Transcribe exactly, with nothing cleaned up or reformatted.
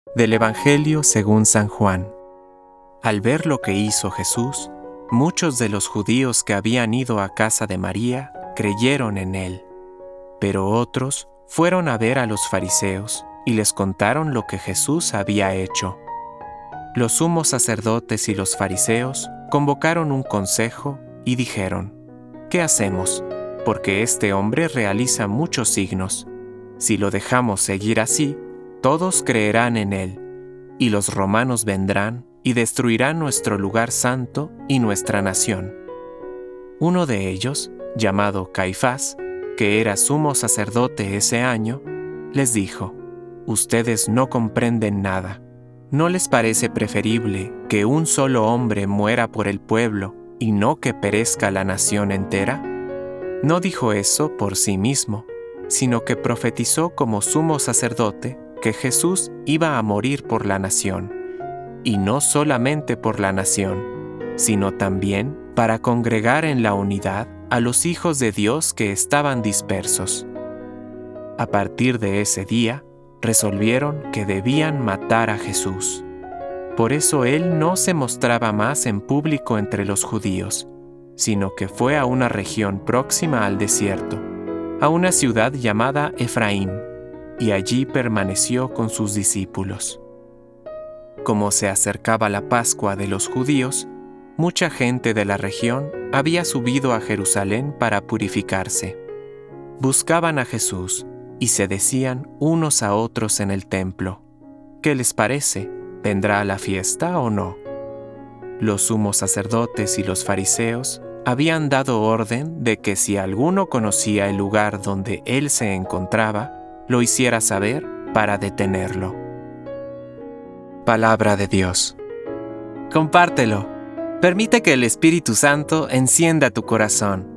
Del Evangelio según San Juan. Al ver lo que hizo Jesús, muchos de los judíos que habían ido a casa de María creyeron en él. Pero otros fueron a ver a los fariseos y les contaron lo que Jesús había hecho. Los sumos sacerdotes y los fariseos convocaron un consejo y dijeron: ¿Qué hacemos? Porque este hombre realiza muchos signos. Si lo dejamos seguir así, todos creerán en él, y los romanos vendrán y destruirán nuestro lugar santo y nuestra nación. Uno de ellos, llamado Caifás, que era sumo sacerdote ese año, les dijo: «Ustedes no comprenden nada. ¿No les parece preferible que un solo hombre muera por el pueblo y no que perezca la nación entera?» No dijo eso por sí mismo, sino que profetizó como sumo sacerdote que Jesús iba a morir por la nación, y no solamente por la nación, sino también para congregar en la unidad a los hijos de Dios que estaban dispersos. A partir de ese día, resolvieron que debían matar a Jesús. Por eso él no se mostraba más en público entre los judíos, sino que fue a una región próxima al desierto, a una ciudad llamada Efraín, y allí permaneció con sus discípulos. Como se acercaba la Pascua de los judíos, mucha gente de la región había subido a Jerusalén para purificarse. Buscaban a Jesús y se decían unos a otros en el templo: ¿Qué les parece? ¿Vendrá a la fiesta o no? Los sumos sacerdotes y los fariseos habían dado orden de que si alguno conocía el lugar donde él se encontraba, lo hiciera saber para detenerlo. Palabra de Dios. Compártelo. Permite que el Espíritu Santo encienda tu corazón.